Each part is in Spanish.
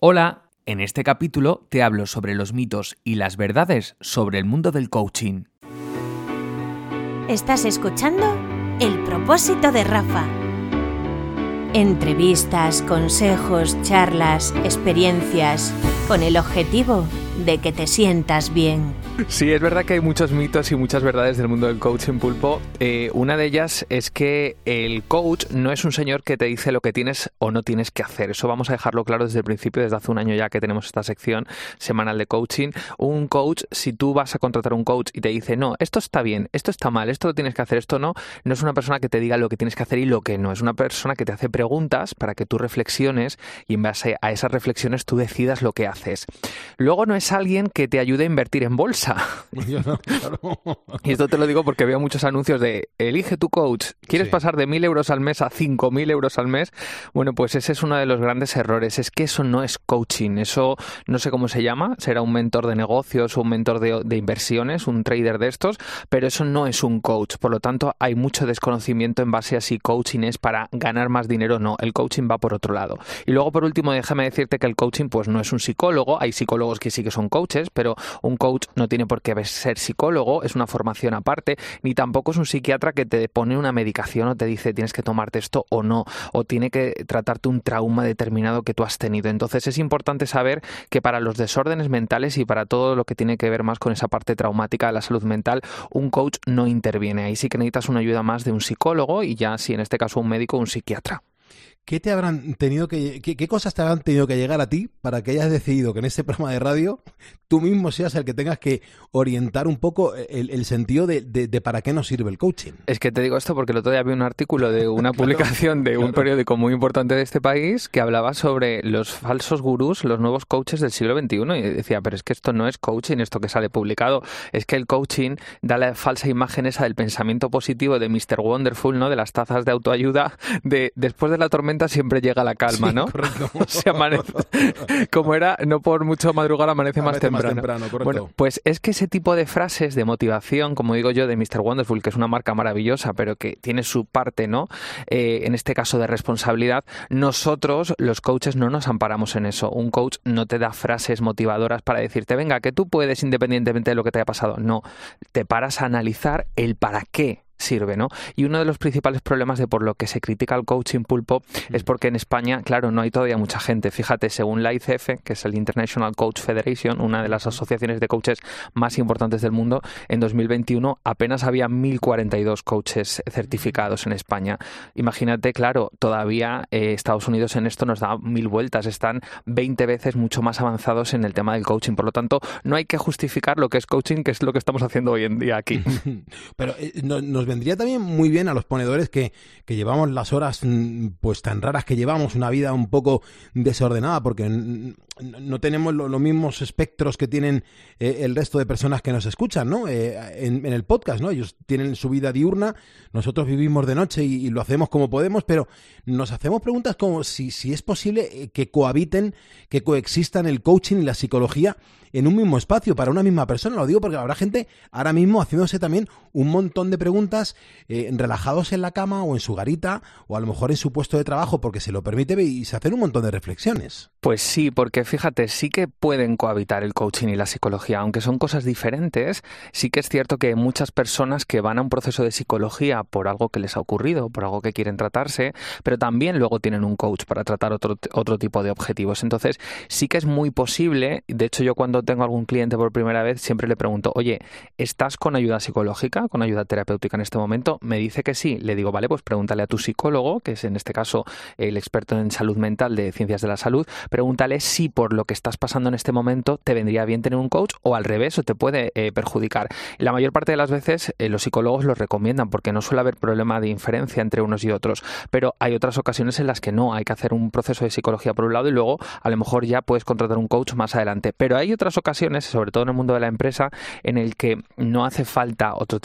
Hola, en este capítulo te hablo sobre los mitos y las verdades sobre el mundo del coaching. Estás escuchando El propósito de Rafa. Entrevistas, consejos, charlas, experiencias, con el objetivo de que te sientas bien. Sí, es verdad que hay muchos mitos y muchas verdades del mundo del coaching, Pulpo. Una de ellas es que el coach no es un señor que te dice lo que tienes o no tienes que hacer. Eso vamos a dejarlo claro desde el principio, desde hace un año ya que tenemos esta sección semanal de coaching. Un coach, si tú vas a contratar a un coach y te dice, no, esto está bien, esto está mal, esto lo tienes que hacer, esto no, no es una persona que te diga lo que tienes que hacer y lo que no. Es una persona que te hace preguntas para que tú reflexiones y en base a esas reflexiones tú decidas lo que haces. Luego no es alguien que te ayude a invertir en bolsa. No, claro. Y esto te lo digo porque veo muchos anuncios de elige tu coach, ¿quieres pasar de 1.000 euros al mes a 5.000 euros al mes? Bueno, pues ese es uno de los grandes errores, es que eso no es coaching, eso no sé cómo se llama, será un mentor de negocios o un mentor de inversiones, un trader de estos, pero eso no es un coach, por lo tanto hay mucho desconocimiento en base a si coaching es para ganar más dinero o no, el coaching va por otro lado. Y luego por último déjame decirte que el coaching pues no es un psicólogo, hay psicólogos que sí que son coaches, pero un coach no tiene por qué ser psicólogo, es una formación aparte, ni tampoco es un psiquiatra que te pone una medicación o te dice tienes que tomarte esto o no, o tiene que tratarte un trauma determinado que tú has tenido. Entonces es importante saber que para los desórdenes mentales y para todo lo que tiene que ver más con esa parte traumática de la salud mental, un coach no interviene. Ahí sí que necesitas una ayuda más de un psicólogo y ya si en este caso un médico o un psiquiatra. ¿Qué cosas te habrán tenido que llegar a ti para que hayas decidido que en este programa de radio tú mismo seas el que tengas que orientar un poco el sentido de para qué nos sirve el coaching? Es que te digo esto porque el otro día vi un artículo de una publicación de un periódico muy importante de este país que hablaba sobre los falsos gurús, los nuevos coaches del siglo XXI y decía, pero es que esto no es coaching, esto que sale publicado, es que el coaching da la falsa imagen esa del pensamiento positivo de Mr. Wonderful, ¿no? De las tazas de autoayuda, de después de la tormenta siempre llega la calma, sí, ¿no? Correcto. Se amanece, como era, no por mucho madrugar amanece más temprano. Correcto. Bueno, pues es que ese tipo de frases de motivación, como digo yo, de Mr. Wonderful, que es una marca maravillosa, pero que tiene su parte, ¿no? En este caso de responsabilidad, nosotros, los coaches, no nos amparamos en eso. Un coach no te da frases motivadoras para decirte, venga, que tú puedes independientemente de lo que te haya pasado. No, te paras a analizar el para qué sirve, ¿no? Y uno de los principales problemas de por lo que se critica al coaching, Pulpo, es porque en España, claro, no hay todavía mucha gente. Fíjate, según la ICF, que es el International Coach Federation, una de las asociaciones de coaches más importantes del mundo, en 2021 apenas había 1.042 coaches certificados en España. Imagínate, claro, todavía Estados Unidos en esto nos da 1.000 vueltas, están 20 veces mucho más avanzados en el tema del coaching. Por lo tanto, no hay que justificar lo que es coaching, que es lo que estamos haciendo hoy en día aquí. Pero nos vendría también muy bien a los ponedores que llevamos las horas pues tan raras que llevamos, una vida un poco desordenada, porque no tenemos los mismos espectros que tienen el resto de personas que nos escuchan, ¿no? En el podcast, ¿no? Ellos tienen su vida diurna, nosotros vivimos de noche y lo hacemos como podemos, pero nos hacemos preguntas como si es posible que cohabiten, que coexistan el coaching y la psicología en un mismo espacio para una misma persona. Lo digo porque habrá gente ahora mismo haciéndose también un montón de preguntas relajados en la cama o en su garita o a lo mejor en su puesto de trabajo porque se lo permite y se hacen un montón de reflexiones. Pues sí, porque fíjate, sí que pueden cohabitar el coaching y la psicología, aunque son cosas diferentes. Sí que es cierto que muchas personas que van a un proceso de psicología por algo que les ha ocurrido, por algo que quieren tratarse, pero también luego tienen un coach para tratar otro tipo de objetivos. Entonces sí que es muy posible. De hecho, yo cuando tengo algún cliente por primera vez siempre le pregunto, oye, ¿estás con ayuda psicológica, con ayuda terapéutica en este momento? Me dice que sí. Le digo, vale, pues pregúntale a tu psicólogo, que es en este caso el experto en salud mental de ciencias de la salud, pregúntale si por lo que estás pasando en este momento te vendría bien tener un coach o al revés o te puede perjudicar. La mayor parte de las veces los psicólogos los recomiendan porque no suele haber problema de inferencia entre unos y otros, pero hay otras ocasiones en las que no, hay que hacer un proceso de psicología por un lado y luego a lo mejor ya puedes contratar un coach más adelante, pero hay otras ocasiones, sobre todo en el mundo de la empresa, en el que no hace falta otro tipo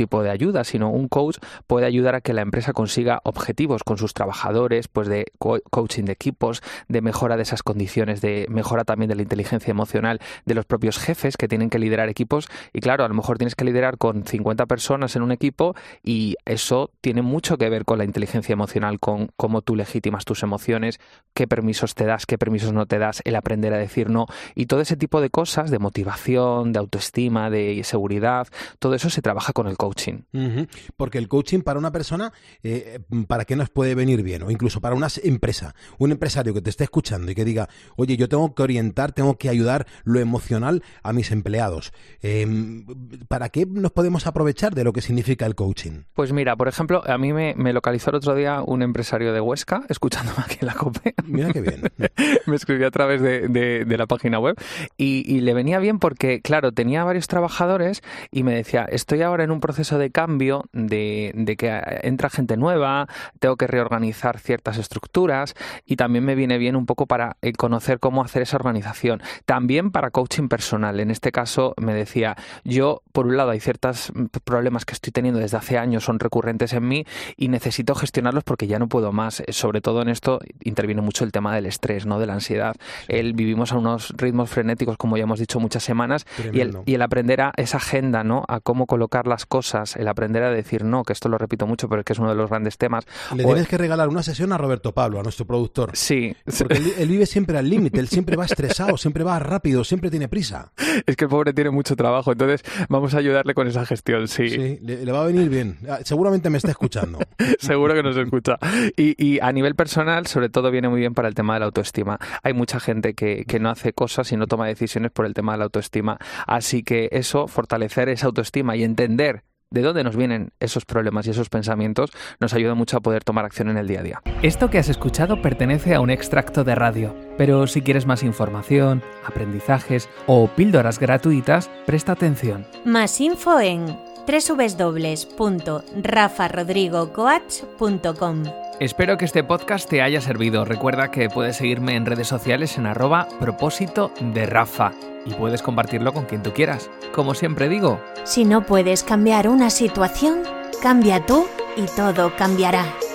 tipo de ayuda, sino un coach puede ayudar a que la empresa consiga objetivos con sus trabajadores, pues de coaching de equipos, de mejora de esas condiciones, de mejora también de la inteligencia emocional de los propios jefes que tienen que liderar equipos. Y claro, a lo mejor tienes que liderar con 50 personas en un equipo y eso tiene mucho que ver con la inteligencia emocional, con cómo tú legitimas tus emociones, qué permisos te das, qué permisos no te das, el aprender a decir no y todo ese tipo de cosas, de motivación, de autoestima, de seguridad, todo eso se trabaja con el coaching. Porque el coaching para una persona, ¿para qué nos puede venir bien? O incluso para una empresa, un empresario que te esté escuchando y que diga, oye, yo tengo que orientar, tengo que ayudar lo emocional a mis empleados. ¿Para qué nos podemos aprovechar de lo que significa el coaching? Pues mira, por ejemplo, a mí me localizó el otro día un empresario de Huesca, escuchándome aquí en la COPE. Mira qué bien. Me escribió a través de la página web y le venía bien porque, claro, tenía varios trabajadores y me decía, estoy ahora en un proceso de cambio, de que entra gente nueva, tengo que reorganizar ciertas estructuras y también me viene bien un poco para conocer cómo hacer esa organización. También para coaching personal. En este caso me decía, yo, por un lado, hay ciertos problemas que estoy teniendo desde hace años, son recurrentes en mí y necesito gestionarlos porque ya no puedo más. Sobre todo en esto interviene mucho el tema del estrés, ¿no? De la ansiedad. Vivimos a unos ritmos frenéticos, como ya hemos dicho muchas semanas, y el aprender a esa agenda, ¿no? A cómo colocar las cosas, el aprender a decir no, que esto lo repito mucho, pero es que es uno de los grandes temas. Le tienes que regalar una sesión a Roberto Pablo, a nuestro productor. Sí. Porque él vive siempre al límite, él siempre va estresado, siempre va rápido, siempre tiene prisa. Es que el pobre tiene mucho trabajo, entonces vamos a ayudarle con esa gestión, sí. Sí, le va a venir bien. Seguramente me está escuchando. Seguro que nos escucha. Y a nivel personal, sobre todo, viene muy bien para el tema de la autoestima. Hay mucha gente que no hace cosas y no toma decisiones por el tema de la autoestima. Así que eso, fortalecer esa autoestima y entender de dónde nos vienen esos problemas y esos pensamientos, nos ayuda mucho a poder tomar acción en el día a día. Esto que has escuchado pertenece a un extracto de radio, pero si quieres más información, aprendizajes o píldoras gratuitas, presta atención. Más info en www.rafarodrigocoach.com. Espero que este podcast te haya servido. Recuerda que puedes seguirme en redes sociales en @propósito_de_Rafa y puedes compartirlo con quien tú quieras. Como siempre digo, si no puedes cambiar una situación, cambia tú y todo cambiará.